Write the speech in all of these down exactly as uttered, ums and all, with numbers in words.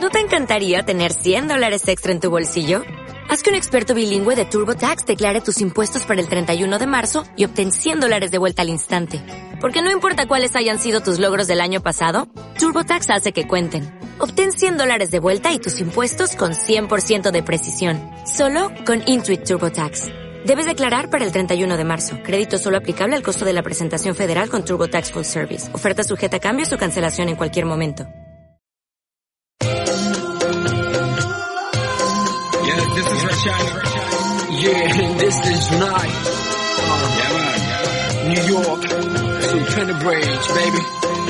¿No te encantaría tener cien dólares extra en tu bolsillo? Haz que un experto bilingüe de TurboTax declare tus impuestos para el treinta y uno de marzo y obtén cien dólares de vuelta al instante. Porque no importa cuáles hayan sido tus logros del año pasado, TurboTax hace que cuenten. Obtén cien dólares de vuelta y tus impuestos con cien por ciento de precisión. Solo con Intuit TurboTax. Debes declarar para el treinta y uno de marzo. Crédito solo aplicable al costo de la presentación federal con TurboTax Full Service. Oferta sujeta a cambios o cancelación en cualquier momento. This is Rashad. Yeah, this is night. Uh, yeah, man. New York. Sultana Bridge, baby.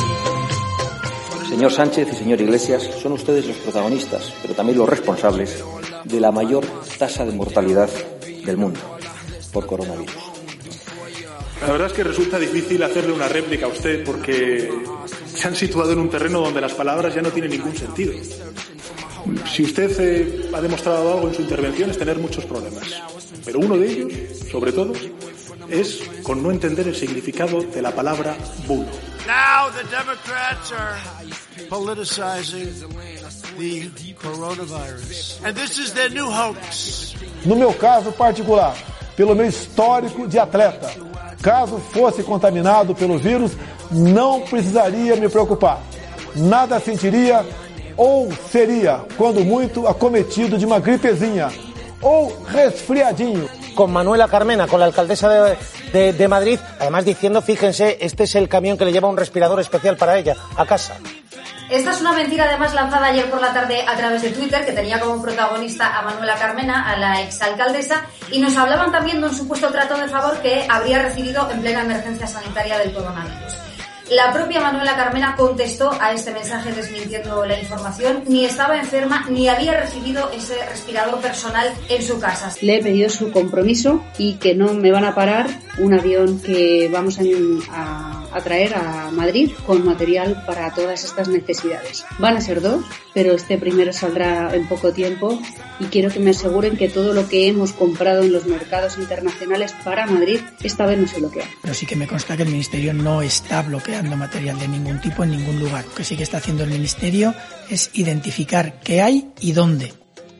Señor Sánchez y señor Iglesias, son ustedes los protagonistas, pero también los responsables de la mayor tasa de mortalidad del mundo por coronavirus. La verdad es que resulta difícil hacerle una réplica a usted porque se han situado en un terreno donde las palabras ya no tienen ningún sentido. Si usted eh, ha demostrado algo en su intervención es tener muchos problemas, pero uno de ellos, sobre todo, es con no entender el significado de la palabra bulo. Now the Democrats are politicizing the coronavirus, and this is their new hoax. No meu caso particular, pelo meu histórico de atleta, caso fosse contaminado pelo vírus, não precisaria me preocupar. Nada sentiria ou seria, quando muito, acometido de uma gripezinha ou resfriadinho. Con Manuela Carmena, con la alcaldesa de, de, de Madrid, además diciendo, fíjense, este es el camión que le lleva un respirador especial para ella, a casa. Esta es una mentira además lanzada ayer por la tarde a través de Twitter, que tenía como protagonista a Manuela Carmena, a la exalcaldesa, y nos hablaban también de un supuesto trato de favor que habría recibido en plena emergencia sanitaria del coronavirus. La propia Manuela Carmena contestó a este mensaje desmintiendo la información. Ni estaba enferma ni había recibido ese respirador personal en su casa. Le he pedido su compromiso y que no me van a parar un avión que vamos a, a, a traer a Madrid con material para todas estas necesidades. Van a ser dos, pero este primero saldrá en poco tiempo y quiero que me aseguren que todo lo que hemos comprado en los mercados internacionales para Madrid esta vez no se bloquea. Pero sí que me consta que el Ministerio no está bloqueando material de ningún tipo en ningún lugar. Lo que sí que está haciendo el Ministerio es identificar qué hay y dónde.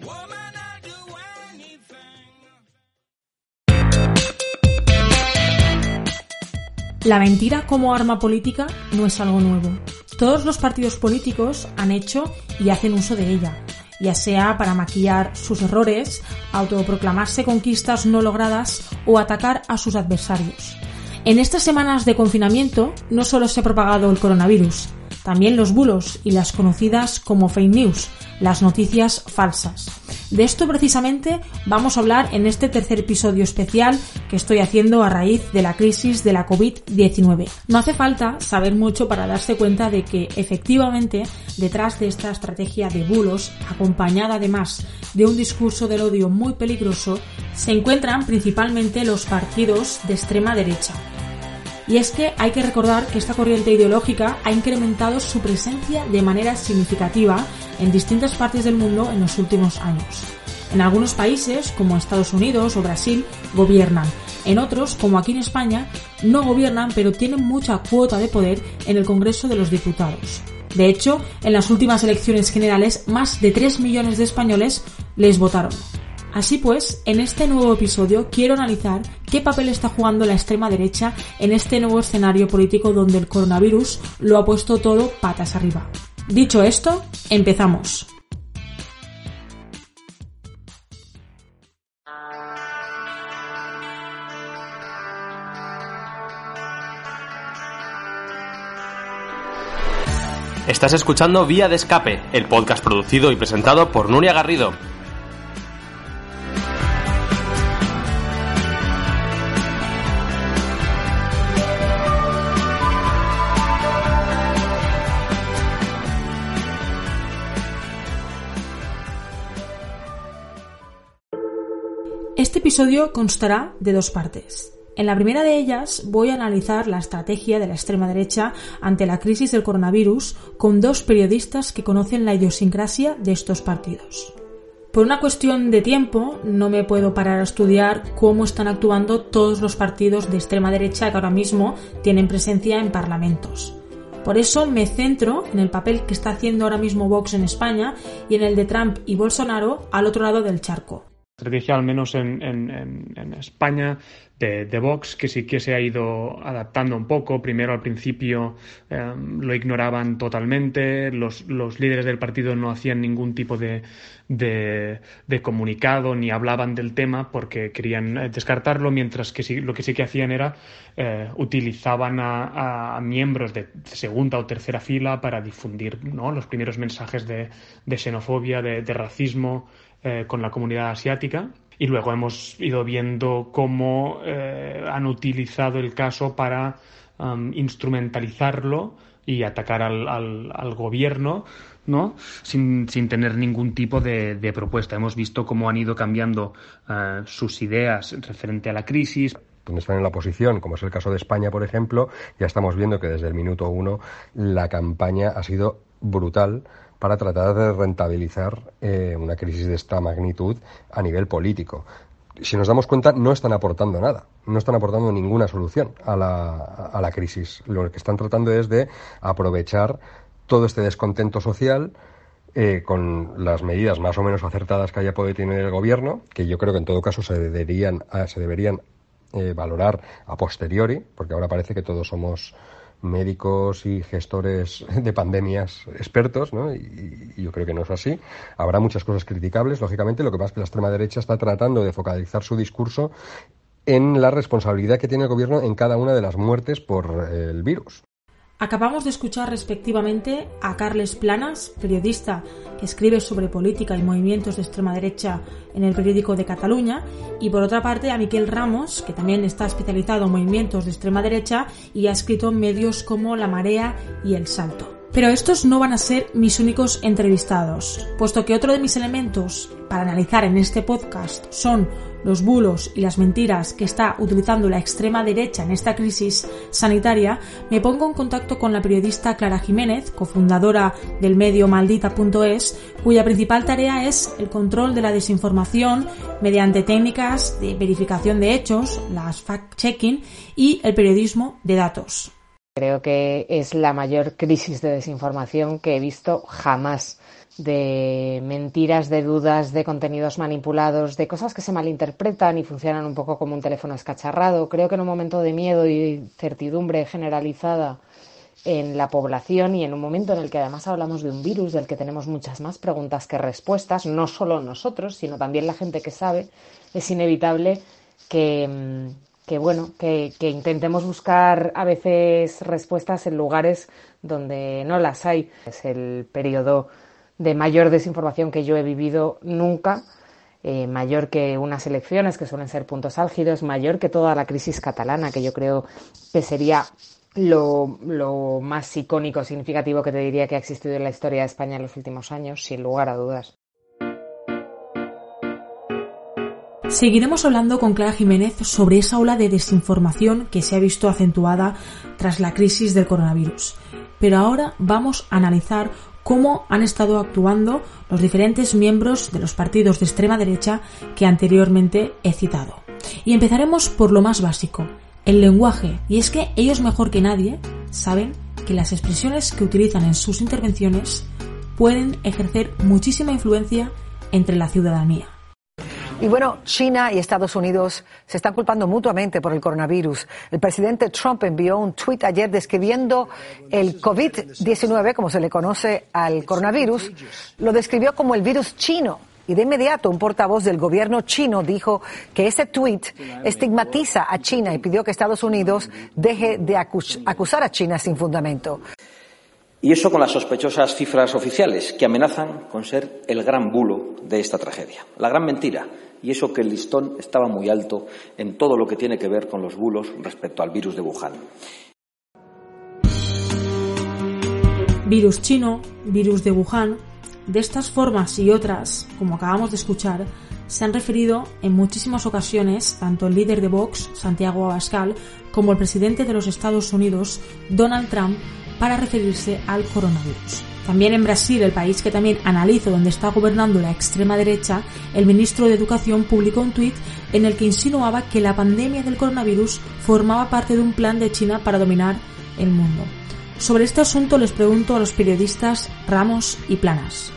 La mentira como arma política no es algo nuevo. Todos los partidos políticos han hecho y hacen uso de ella, ya sea para maquillar sus errores, autoproclamarse conquistas no logradas o atacar a sus adversarios. En estas semanas de confinamiento no solo se ha propagado el coronavirus, también los bulos y las conocidas como fake news, las noticias falsas. De esto precisamente vamos a hablar en este tercer episodio especial que estoy haciendo a raíz de la crisis de la covid diecinueve. No hace falta saber mucho para darse cuenta de que efectivamente detrás de esta estrategia de bulos, acompañada además de un discurso del odio muy peligroso, se encuentran principalmente los partidos de extrema derecha. Y es que hay que recordar que esta corriente ideológica ha incrementado su presencia de manera significativa en distintas partes del mundo en los últimos años. En algunos países, como Estados Unidos o Brasil, gobiernan. En otros, como aquí en España, no gobiernan, pero tienen mucha cuota de poder en el Congreso de los Diputados. De hecho, en las últimas elecciones generales, más de tres millones de españoles les votaron. Así pues, en este nuevo episodio quiero analizar qué papel está jugando la extrema derecha en este nuevo escenario político donde el coronavirus lo ha puesto todo patas arriba. Dicho esto, empezamos. Estás escuchando Vía de Escape, el podcast producido y presentado por Nuria Garrido. Este episodio constará de dos partes. En la primera de ellas voy a analizar la estrategia de la extrema derecha ante la crisis del coronavirus con dos periodistas que conocen la idiosincrasia de estos partidos. Por una cuestión de tiempo no me puedo parar a estudiar cómo están actuando todos los partidos de extrema derecha que ahora mismo tienen presencia en parlamentos. Por eso me centro en el papel que está haciendo ahora mismo Vox en España y en el de Trump y Bolsonaro al otro lado del charco. Estrategia, al menos en, en, en España, de, de Vox, que sí que se ha ido adaptando un poco. Primero, al principio, eh, lo ignoraban totalmente, los, los líderes del partido no hacían ningún tipo de, de, de comunicado ni hablaban del tema porque querían descartarlo, mientras que sí, lo que sí que hacían era eh, utilizaban a, a miembros de segunda o tercera fila para difundir, ¿no?, los primeros mensajes de, de xenofobia, de, de racismo, Eh, con la comunidad asiática, y luego hemos ido viendo cómo eh, han utilizado el caso para um, instrumentalizarlo y atacar al, al, al gobierno, ¿no?, sin, sin tener ningún tipo de, de propuesta. Hemos visto cómo han ido cambiando uh, sus ideas referente a la crisis. Donde están en la oposición, como es el caso de España, por ejemplo, ya estamos viendo que desde el minuto uno la campaña ha sido brutal para tratar de rentabilizar eh, una crisis de esta magnitud a nivel político. Si nos damos cuenta, no están aportando nada, no están aportando ninguna solución a la, a la crisis. Lo que están tratando es de aprovechar todo este descontento social eh, con las medidas más o menos acertadas que haya podido tener el gobierno, que yo creo que en todo caso se deberían, se deberían eh, valorar a posteriori, porque ahora parece que todos somos médicos y gestores de pandemias expertos, ¿no? Y, y yo creo que no es así. Habrá muchas cosas criticables, lógicamente. Lo que pasa es que la extrema derecha está tratando de focalizar su discurso en la responsabilidad que tiene el gobierno en cada una de las muertes por eh, el virus. Acabamos de escuchar respectivamente a Carles Planas, periodista que escribe sobre política y movimientos de extrema derecha en el periódico de Cataluña, y por otra parte a Miquel Ramos, que también está especializado en movimientos de extrema derecha y ha escrito en medios como La Marea y El Salto. Pero estos no van a ser mis únicos entrevistados, puesto que otro de mis elementos para analizar en este podcast son los bulos y las mentiras que está utilizando la extrema derecha en esta crisis sanitaria. Me pongo en contacto con la periodista Clara Jiménez, cofundadora del medio maldita punto es, cuya principal tarea es el control de la desinformación mediante técnicas de verificación de hechos, las fact-checking y el periodismo de datos. Creo que es la mayor crisis de desinformación que he visto jamás, de mentiras, de dudas, de contenidos manipulados, de cosas que se malinterpretan y funcionan un poco como un teléfono escacharrado. Creo que en un momento de miedo y certidumbre generalizada en la población, y en un momento en el que además hablamos de un virus del que tenemos muchas más preguntas que respuestas, no solo nosotros, sino también la gente que sabe, es inevitable que... que bueno, que, que intentemos buscar a veces respuestas en lugares donde no las hay. Es el periodo de mayor desinformación que yo he vivido nunca, eh, mayor que unas elecciones que suelen ser puntos álgidos, mayor que toda la crisis catalana, que yo creo que sería lo, lo más icónico, significativo que te diría que ha existido en la historia de España en los últimos años, sin lugar a dudas. Seguiremos hablando con Clara Jiménez sobre esa ola de desinformación que se ha visto acentuada tras la crisis del coronavirus. Pero ahora vamos a analizar cómo han estado actuando los diferentes miembros de los partidos de extrema derecha que anteriormente he citado. Y empezaremos por lo más básico, el lenguaje. Y es que ellos mejor que nadie saben que las expresiones que utilizan en sus intervenciones pueden ejercer muchísima influencia entre la ciudadanía. Y bueno, China y Estados Unidos se están culpando mutuamente por el coronavirus. El presidente Trump envió un tuit ayer describiendo el COVID diecinueve, como se le conoce al coronavirus, lo describió como el virus chino. Y de inmediato un portavoz del gobierno chino dijo que ese tuit estigmatiza a China y pidió que Estados Unidos deje de acus- acusar a China sin fundamento. Y eso con las sospechosas cifras oficiales, que amenazan con ser el gran bulo de esta tragedia. La gran mentira. Y eso que el listón estaba muy alto en todo lo que tiene que ver con los bulos respecto al virus de Wuhan. Virus chino, virus de Wuhan. De estas formas y otras, como acabamos de escuchar, se han referido en muchísimas ocasiones tanto el líder de Vox, Santiago Abascal, como el presidente de los Estados Unidos, Donald Trump, para referirse al coronavirus. También en Brasil, el país que también analizo donde está gobernando la extrema derecha, el ministro de Educación publicó un tuit en el que insinuaba que la pandemia del coronavirus formaba parte de un plan de China para dominar el mundo. Sobre este asunto les pregunto a los periodistas Ramos y Planas.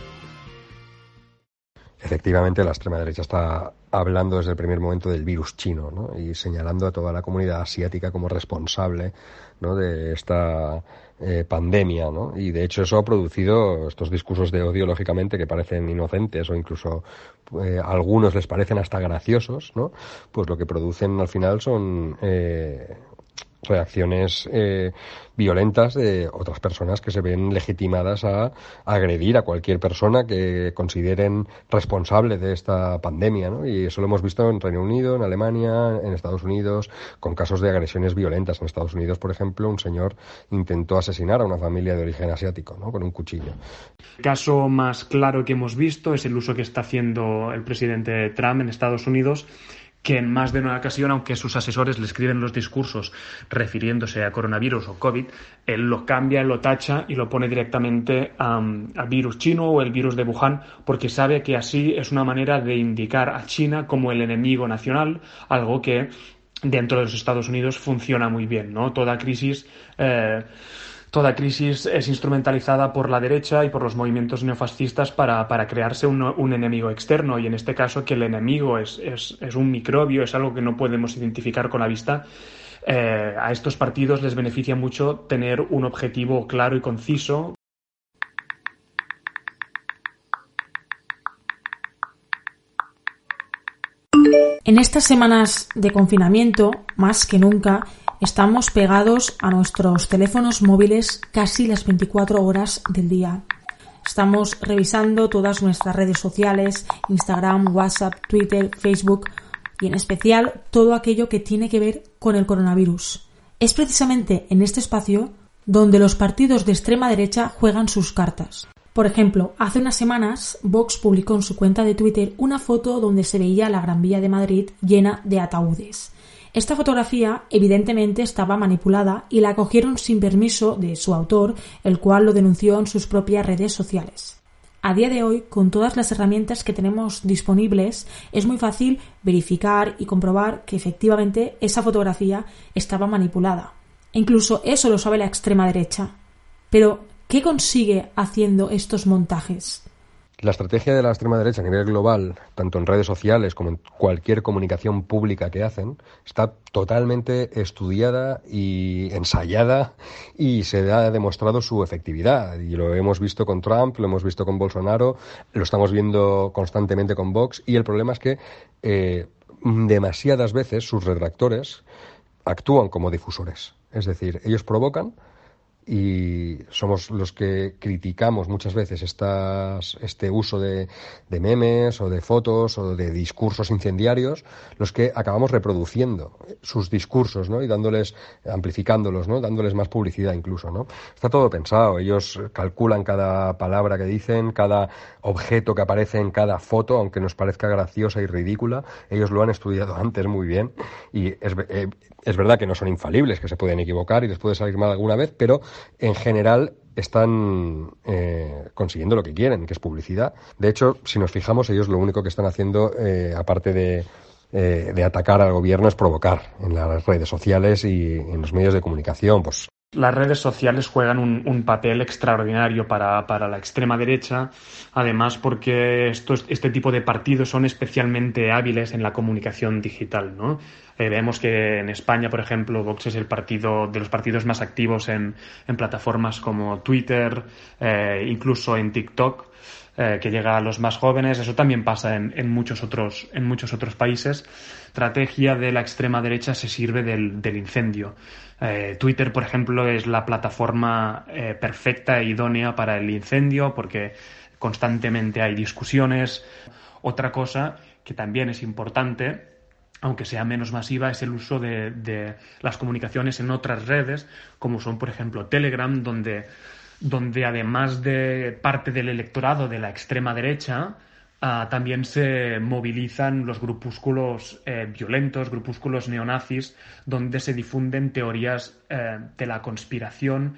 Efectivamente, la extrema derecha está hablando desde el primer momento del virus chino, ¿no? Y señalando a toda la comunidad asiática como responsable, ¿no?, de esta eh, pandemia, ¿no? Y de hecho eso ha producido estos discursos de odio, lógicamente, que parecen inocentes o incluso eh, a algunos les parecen hasta graciosos, ¿no? Pues lo que producen al final son eh, reacciones eh, violentas de otras personas que se ven legitimadas a agredir a cualquier persona que consideren responsable de esta pandemia, ¿no? Y eso lo hemos visto en Reino Unido, en Alemania, en Estados Unidos, con casos de agresiones violentas. En Estados Unidos, por ejemplo, un señor intentó asesinar a una familia de origen asiático, ¿no?, con un cuchillo. El caso más claro que hemos visto es el uso que está haciendo el presidente Trump en Estados Unidos, que en más de una ocasión, aunque sus asesores le escriben los discursos refiriéndose a coronavirus o COVID, él lo cambia, lo tacha y lo pone directamente a, a virus chino o el virus de Wuhan, porque sabe que así es una manera de indicar a China como el enemigo nacional, algo que dentro de los Estados Unidos funciona muy bien, ¿no? Toda crisis... Eh, Toda crisis es instrumentalizada por la derecha y por los movimientos neofascistas para, para crearse un, un enemigo externo, y en este caso que el enemigo es, es, es un microbio, es algo que no podemos identificar con la vista. Eh, a estos partidos les beneficia mucho tener un objetivo claro y conciso. En estas semanas de confinamiento, más que nunca, estamos pegados a nuestros teléfonos móviles casi las veinticuatro horas del día. Estamos revisando todas nuestras redes sociales, Instagram, WhatsApp, Twitter, Facebook y en especial todo aquello que tiene que ver con el coronavirus. Es precisamente en este espacio donde los partidos de extrema derecha juegan sus cartas. Por ejemplo, hace unas semanas Vox publicó en su cuenta de Twitter una foto donde se veía la Gran Vía de Madrid llena de ataúdes. Esta fotografía evidentemente estaba manipulada y la cogieron sin permiso de su autor, el cual lo denunció en sus propias redes sociales. A día de hoy, con todas las herramientas que tenemos disponibles, es muy fácil verificar y comprobar que efectivamente esa fotografía estaba manipulada. E incluso eso lo sabe la extrema derecha. Pero, ¿qué consigue haciendo estos montajes? La estrategia de la extrema derecha a nivel global, tanto en redes sociales como en cualquier comunicación pública que hacen, está totalmente estudiada y ensayada y se ha demostrado su efectividad. Y lo hemos visto con Trump, lo hemos visto con Bolsonaro, lo estamos viendo constantemente con Vox, y el problema es que eh, demasiadas veces sus retractores actúan como difusores. Es decir, ellos provocan, y somos los que criticamos muchas veces estas, este uso de, de memes o de fotos o de discursos incendiarios, los que acabamos reproduciendo sus discursos, ¿no?, y dándoles, amplificándolos, ¿no?, dándoles más publicidad incluso, ¿no? Está todo pensado. Ellos calculan cada palabra que dicen, cada objeto que aparece en cada foto, aunque nos parezca graciosa y ridícula. Ellos lo han estudiado antes muy bien, y es, eh, es verdad que no son infalibles, que se pueden equivocar y les puede salir mal alguna vez, pero en general están eh, consiguiendo lo que quieren, que es publicidad. De hecho, si nos fijamos, ellos lo único que están haciendo, eh, aparte de, eh, de atacar al gobierno, es provocar en las redes sociales y en los medios de comunicación. Pues las redes sociales juegan un, un papel extraordinario para, para la extrema derecha, además porque estos, este tipo de partidos son especialmente hábiles en la comunicación digital, ¿no? Eh, vemos que en España, por ejemplo, Vox es el partido de los partidos más activos en, en plataformas como Twitter, eh, incluso en TikTok, eh, que llega a los más jóvenes. Eso también pasa en, en muchos otros, en muchos otros países. La estrategia de la extrema derecha se sirve del, del incendio. Eh, Twitter, por ejemplo, es la plataforma eh, perfecta e idónea para el incendio, porque constantemente hay discusiones. Otra cosa que también es importante, aunque sea menos masiva, es el uso de, de las comunicaciones en otras redes, como son, por ejemplo, Telegram, donde, donde además de parte del electorado de la extrema derecha, Uh, también se movilizan los grupúsculos eh, violentos, grupúsculos neonazis, donde se difunden teorías eh, de la conspiración.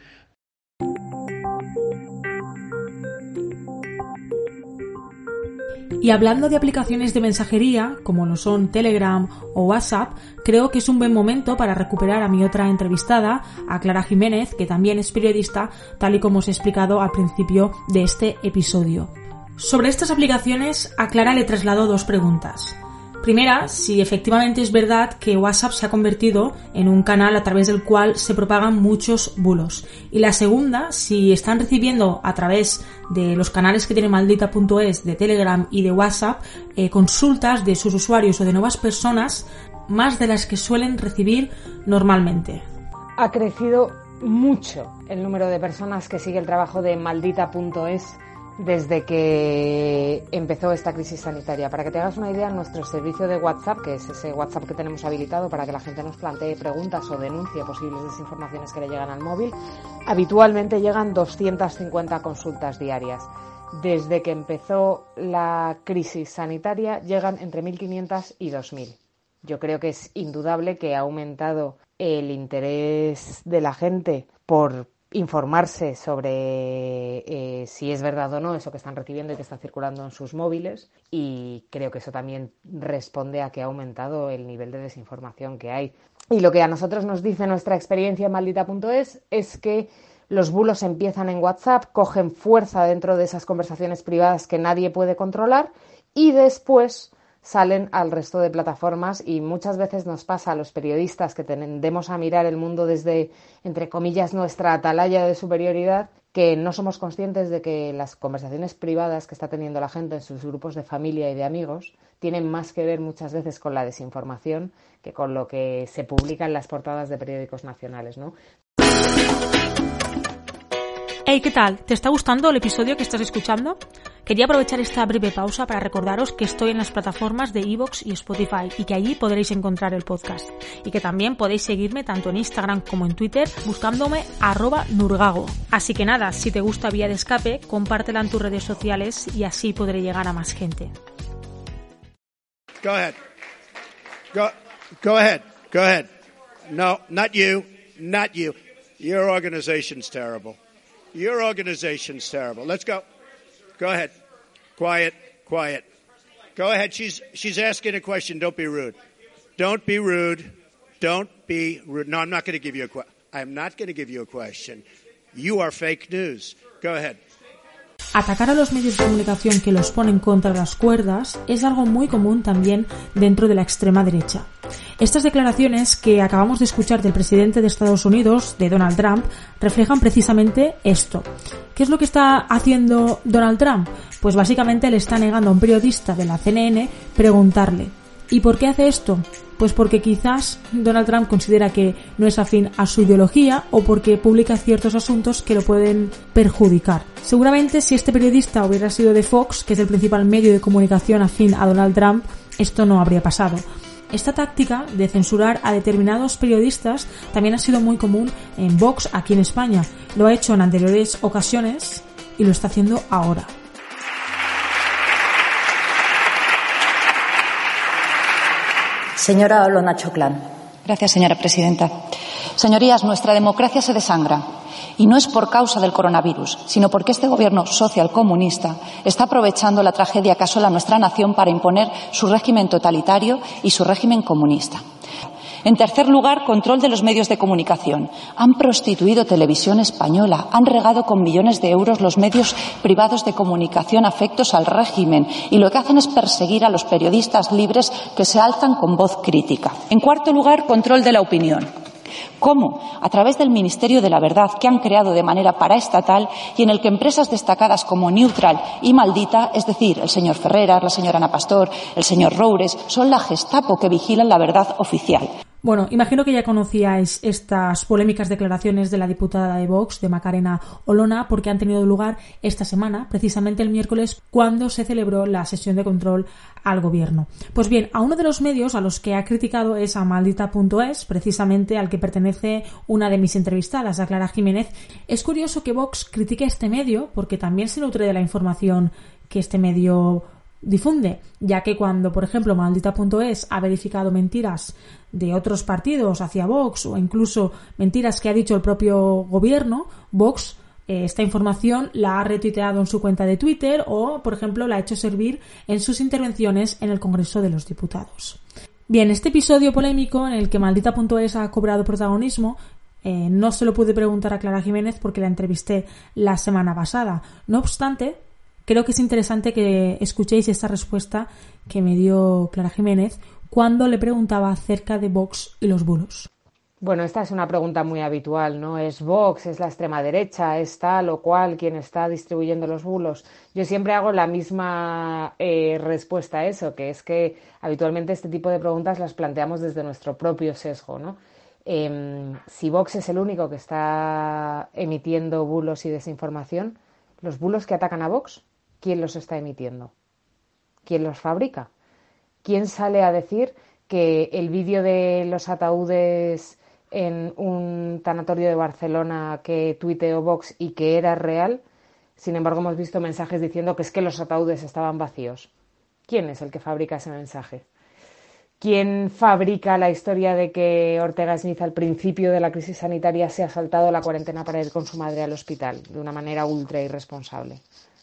Y hablando de aplicaciones de mensajería, como lo son Telegram o WhatsApp, creo que es un buen momento para recuperar a mi otra entrevistada, a Clara Jiménez, que también es periodista, tal y como os he explicado al principio de este episodio. Sobre estas aplicaciones, a Clara le trasladó dos preguntas. Primera, si efectivamente es verdad que WhatsApp se ha convertido en un canal a través del cual se propagan muchos bulos. Y la segunda, si están recibiendo a través de los canales que tiene maldita punto es, de Telegram y de WhatsApp, eh, consultas de sus usuarios o de nuevas personas más de las que suelen recibir normalmente. Ha crecido mucho el número de personas que sigue el trabajo de maldita punto es desde que empezó esta crisis sanitaria. Para que te hagas una idea, nuestro servicio de WhatsApp, que es ese WhatsApp que tenemos habilitado para que la gente nos plantee preguntas o denuncie posibles desinformaciones que le llegan al móvil, habitualmente llegan doscientas cincuenta consultas diarias. Desde que empezó la crisis sanitaria llegan entre mil quinientas y dos mil. Yo creo que es indudable que ha aumentado el interés de la gente por informarse sobre eh, si es verdad o no eso que están recibiendo y que está circulando en sus móviles, y creo que eso también responde a que ha aumentado el nivel de desinformación que hay. Y lo que a nosotros nos dice nuestra experiencia en maldita punto es es que los bulos empiezan en WhatsApp, cogen fuerza dentro de esas conversaciones privadas que nadie puede controlar y después salen al resto de plataformas, y muchas veces nos pasa a los periodistas que tendemos a mirar el mundo desde, entre comillas, nuestra atalaya de superioridad, que no somos conscientes de que las conversaciones privadas que está teniendo la gente en sus grupos de familia y de amigos tienen más que ver muchas veces con la desinformación que con lo que se publica en las portadas de periódicos nacionales, ¿no? Hey, ¿qué tal? ¿Te está gustando el episodio que estás escuchando? Quería aprovechar esta breve pausa para recordaros que estoy en las plataformas de iVoox y Spotify y que allí podréis encontrar el podcast. Y que también podéis seguirme tanto en Instagram como en Twitter buscándome arroba nurgago. Así que nada, si te gusta Vía de Escape, compártela en tus redes sociales y así podré llegar a más gente. Go ahead. Go, go ahead. Go ahead. No, not you. Not you. Your organization's terrible. Your organization's terrible. Let's go. Go ahead. Quiet, quiet. Go ahead. She's she's asking a question. Don't be rude. Don't be rude. Don't be rude. No, I'm not going to give you a question. I'm not going to give you a question. You are fake news. Go ahead. Atacar a los medios de comunicación que los ponen contra las cuerdas es algo muy común también dentro de la extrema derecha. Estas declaraciones que acabamos de escuchar del presidente de Estados Unidos, de Donald Trump, reflejan precisamente esto. ¿Qué es lo que está haciendo Donald Trump? Pues básicamente le está negando a un periodista de la C N N preguntarle: ¿y por qué hace esto? Pues porque quizás Donald Trump considera que no es afín a su ideología o porque publica ciertos asuntos que lo pueden perjudicar. Seguramente si este periodista hubiera sido de Fox, que es el principal medio de comunicación afín a Donald Trump, esto no habría pasado. Esta táctica de censurar a determinados periodistas también ha sido muy común en Vox aquí en España. Lo ha hecho en anteriores ocasiones y lo está haciendo ahora. Señora Olona Choclán. Gracias, señora presidenta. Señorías, nuestra democracia se desangra. Y no es por causa del coronavirus, sino porque este gobierno socialcomunista está aprovechando la tragedia que asola nuestra nación para imponer su régimen totalitario y su régimen comunista. En tercer lugar, control de los medios de comunicación. Han prostituido Televisión Española, han regado con millones de euros los medios privados de comunicación afectos al régimen y lo que hacen es perseguir a los periodistas libres que se alzan con voz crítica. En cuarto lugar, control de la opinión. ¿Cómo? A través del Ministerio de la Verdad, que han creado de manera paraestatal y en el que empresas destacadas como Neutral y Maldita, es decir, el señor Ferreras, la señora Ana Pastor, el señor Roures, son la Gestapo que vigilan la verdad oficial. Bueno, imagino que ya conocíais estas polémicas declaraciones de la diputada de Vox, de Macarena Olona, porque han tenido lugar esta semana, precisamente el miércoles, cuando se celebró la sesión de control al gobierno. Pues bien, a uno de los medios a los que ha criticado es a maldita punto es, precisamente al que pertenece una de mis entrevistadas, a Clara Jiménez. Es curioso que Vox critique a este medio porque también se nutre de la información que este medio difunde, ya que cuando, por ejemplo, maldita punto es ha verificado mentiras de otros partidos hacia Vox o incluso mentiras que ha dicho el propio gobierno, Vox eh, esta información la ha retuiteado en su cuenta de Twitter o, por ejemplo, la ha hecho servir en sus intervenciones en el Congreso de los Diputados. Bien, este episodio polémico en el que Maldita punto es ha cobrado protagonismo eh, no se lo pude preguntar a Clara Jiménez porque la entrevisté la semana pasada. No obstante, creo que es interesante que escuchéis esta respuesta que me dio Clara Jiménez cuando le preguntaba acerca de Vox y los bulos. Bueno, esta es una pregunta muy habitual, ¿no? ¿Es Vox, es la extrema derecha, es tal o cual quien está distribuyendo los bulos? Yo siempre hago la misma eh, respuesta a eso, que es que habitualmente este tipo de preguntas las planteamos desde nuestro propio sesgo, ¿no? Eh, si Vox es el único que está emitiendo bulos y desinformación, los bulos que atacan a Vox, ¿quién los está emitiendo? ¿Quién los fabrica? ¿Quién sale a decir que el vídeo de los ataúdes en un tanatorio de Barcelona que tuiteó Vox y que era real? Sin embargo, hemos visto mensajes diciendo que es que los ataúdes estaban vacíos. ¿Quién es el que fabrica ese mensaje? ¿Quién fabrica la historia de que Ortega Smith al principio de la crisis sanitaria se ha saltado la cuarentena para ir con su madre al hospital de una manera ultra irresponsable?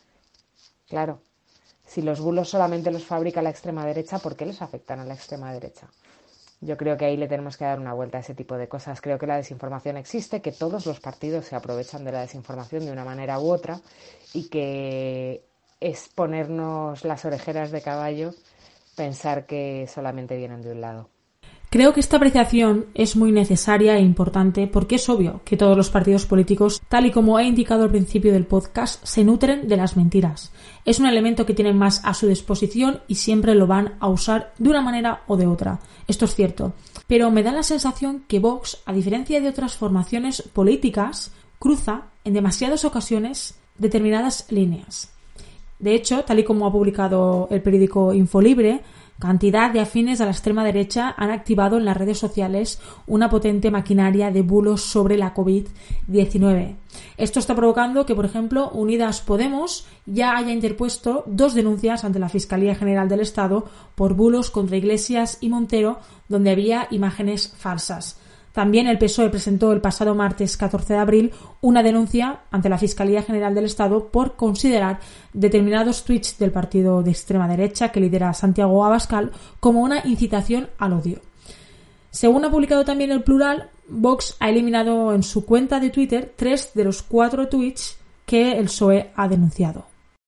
Claro, si los bulos solamente los fabrica la extrema derecha, ¿por qué les afectan a la extrema derecha? Yo creo que ahí le tenemos que dar una vuelta a ese tipo de cosas. Creo que la desinformación existe, que todos los partidos se aprovechan de la desinformación de una manera u otra y que es ponernos las orejeras de caballo pensar que solamente vienen de un lado. Creo que esta apreciación es muy necesaria e importante porque es obvio que todos los partidos políticos, tal y como he indicado al principio del podcast, se nutren de las mentiras. Es un elemento que tienen más a su disposición y siempre lo van a usar de una manera o de otra. Esto es cierto. Pero me da la sensación que Vox, a diferencia de otras formaciones políticas, cruza en demasiadas ocasiones determinadas líneas. De hecho, tal y como ha publicado el periódico Infolibre, cantidad de afines a la extrema derecha han activado en las redes sociales una potente maquinaria de bulos sobre la covid diecinueve. Esto está provocando que, por ejemplo, Unidas Podemos ya haya interpuesto dos denuncias ante la Fiscalía General del Estado por bulos contra Iglesias y Montero, donde había imágenes falsas. También el P S O E presentó el pasado martes catorce de abril una denuncia ante la Fiscalía General del Estado por considerar determinados tweets del partido de extrema derecha que lidera Santiago Abascal como una incitación al odio. Según ha publicado también El Plural, Vox ha eliminado en su cuenta de Twitter tres de los cuatro tweets que el P S O E ha denunciado.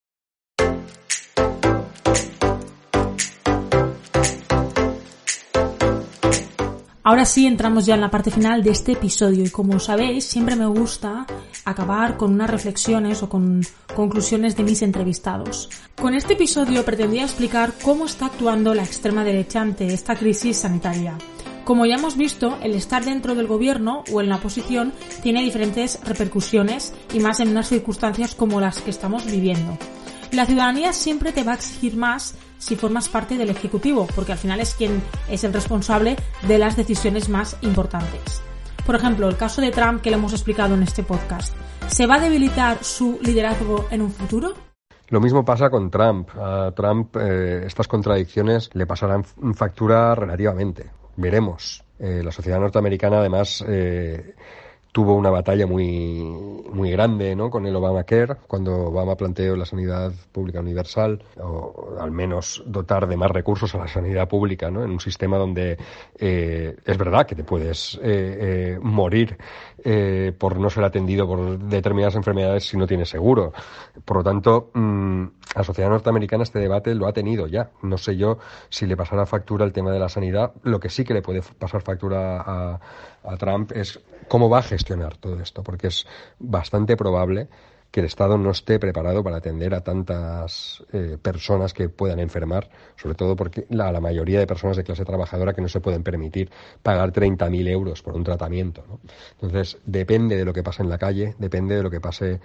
Ahora sí, entramos ya en la parte final de este episodio y como sabéis, siempre me gusta acabar con unas reflexiones o con conclusiones de mis entrevistados. Con este episodio pretendía explicar cómo está actuando la extrema derecha ante esta crisis sanitaria. Como ya hemos visto, el estar dentro del gobierno o en la oposición tiene diferentes repercusiones y más en unas circunstancias como las que estamos viviendo. La ciudadanía siempre te va a exigir más si formas parte del Ejecutivo, porque al final es quien es el responsable de las decisiones más importantes. Por ejemplo, el caso de Trump que lo hemos explicado en este podcast. ¿Se va a debilitar su liderazgo en un futuro? Lo mismo pasa con Trump. A Trump eh, estas contradicciones le pasarán factura relativamente. Veremos. Eh, la sociedad norteamericana además eh, tuvo una batalla muy muy grande, ¿no?, con el Obamacare, cuando Obama planteó la sanidad pública universal, o al menos dotar de más recursos a la sanidad pública, ¿no?, en un sistema donde eh, es verdad que te puedes eh, eh, morir eh, por no ser atendido por determinadas enfermedades si no tienes seguro. Por lo tanto, mmm, la sociedad norteamericana este debate lo ha tenido ya. No sé yo si le pasará factura el tema de la sanidad. Lo que sí que le puede pasar factura a, a Trump es cómo va a gestionar todo esto, porque es bastante probable que el Estado no esté preparado para atender a tantas eh, personas que puedan enfermar, sobre todo porque la, la mayoría de personas de clase trabajadora que no se pueden permitir pagar treinta mil euros por un tratamiento, ¿no? Entonces, depende de lo que pase en la calle, depende de lo que pase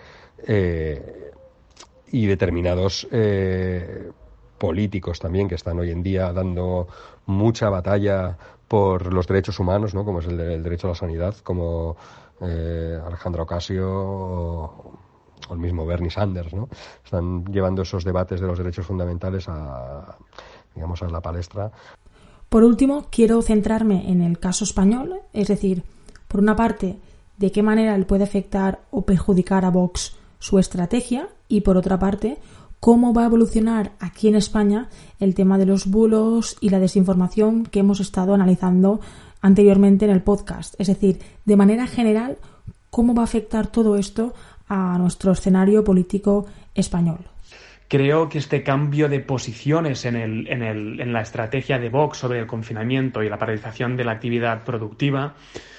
eh, y determinados eh, políticos también que están hoy en día dando mucha batalla por los derechos humanos, ¿no?, como es el, de, el derecho a la sanidad, como eh, Alejandra Ocasio o, o el mismo Bernie Sanders, ¿no? Están llevando esos debates de los derechos fundamentales a, digamos, a la palestra. Por último, quiero centrarme en el caso español, es decir, por una parte, de qué manera le puede afectar o perjudicar a Vox su estrategia y, por otra parte, cómo va a evolucionar aquí en España el tema de los bulos y la desinformación que hemos estado analizando anteriormente en el podcast. Es decir, de manera general, cómo va a afectar todo esto a nuestro escenario político español. Creo que este cambio de posiciones en, el, en, el, en la estrategia de Vox sobre el confinamiento y la paralización de la actividad productiva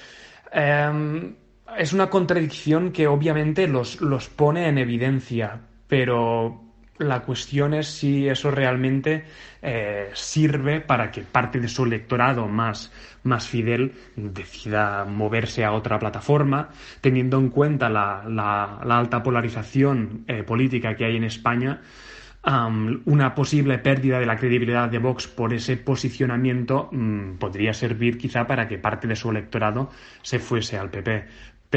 eh, es una contradicción que obviamente los, los pone en evidencia, pero la cuestión es si eso realmente eh, sirve para que parte de su electorado más, más fidel decida moverse a otra plataforma, teniendo en cuenta la, la, la alta polarización eh, política que hay en España. Um, una posible pérdida de la credibilidad de Vox por ese posicionamiento um, podría servir quizá para que parte de su electorado se fuese al P P.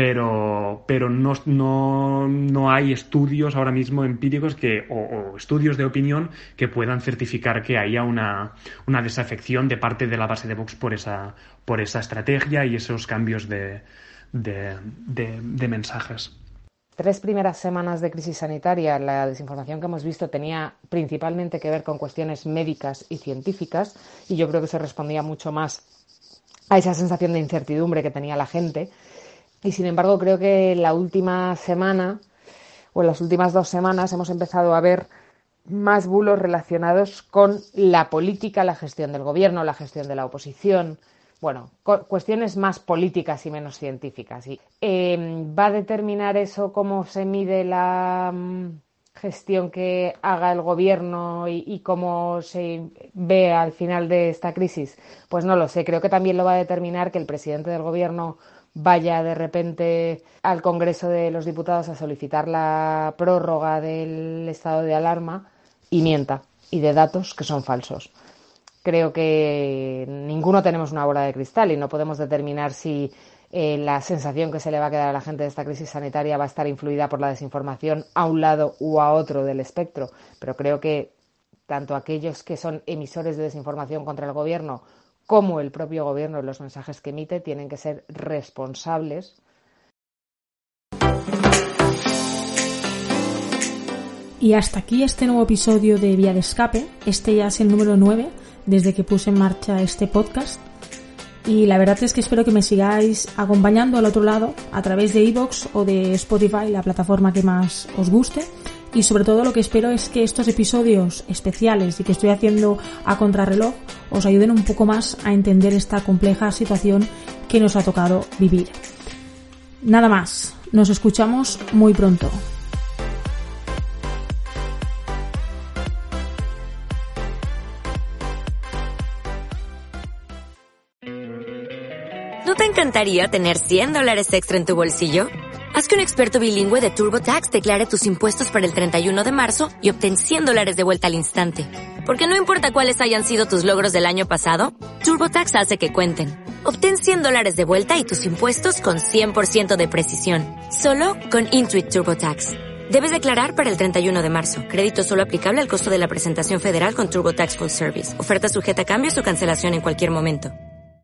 Pero, pero no, no, no hay estudios ahora mismo empíricos que, o, o estudios de opinión que puedan certificar que haya una, una desafección de parte de la base de Vox por esa, por esa estrategia y esos cambios de, de, de, de mensajes. Tres primeras semanas de crisis sanitaria, la desinformación que hemos visto tenía principalmente que ver con cuestiones médicas y científicas, y yo creo que se respondía mucho más a esa sensación de incertidumbre que tenía la gente. Y sin embargo, creo que la última semana, o en las últimas dos semanas, hemos empezado a ver más bulos relacionados con la política, la gestión del gobierno, la gestión de la oposición. Bueno, cuestiones más políticas y menos científicas. Y, eh, ¿va a determinar eso cómo se mide la um, gestión que haga el gobierno y, y cómo se ve al final de esta crisis? Pues no lo sé. Creo que también lo va a determinar que el presidente del gobierno vaya de repente al Congreso de los Diputados a solicitar la prórroga del estado de alarma y mienta, y de datos que son falsos. Creo que ninguno tenemos una bola de cristal y no podemos determinar si eh, la sensación que se le va a quedar a la gente de esta crisis sanitaria va a estar influida por la desinformación a un lado u a otro del espectro. Pero creo que tanto aquellos que son emisores de desinformación contra el gobierno como el propio gobierno en los mensajes que emite tienen que ser responsables. Y hasta aquí este nuevo episodio de Vía de Escape. Este ya es el número nueve desde que puse en marcha este podcast. Y la verdad es que espero que me sigáis acompañando al otro lado a través de iVoox o de Spotify, la plataforma que más os guste. Y sobre todo lo que espero es que estos episodios especiales y que estoy haciendo a contrarreloj os ayuden un poco más a entender esta compleja situación que nos ha tocado vivir. Nada más, nos escuchamos muy pronto. ¿No te encantaría tener cien dólares extra en tu bolsillo? Haz que un experto bilingüe de TurboTax declare tus impuestos para el treinta y uno de marzo y obtén cien dólares de vuelta al instante. Porque no importa cuáles hayan sido tus logros del año pasado, TurboTax hace que cuenten. Obtén cien dólares de vuelta y tus impuestos con cien por ciento de precisión. Solo con Intuit TurboTax. Debes declarar para el treinta y uno de marzo. Crédito solo aplicable al costo de la presentación federal con TurboTax Full Service. Oferta sujeta a cambios o cancelación en cualquier momento.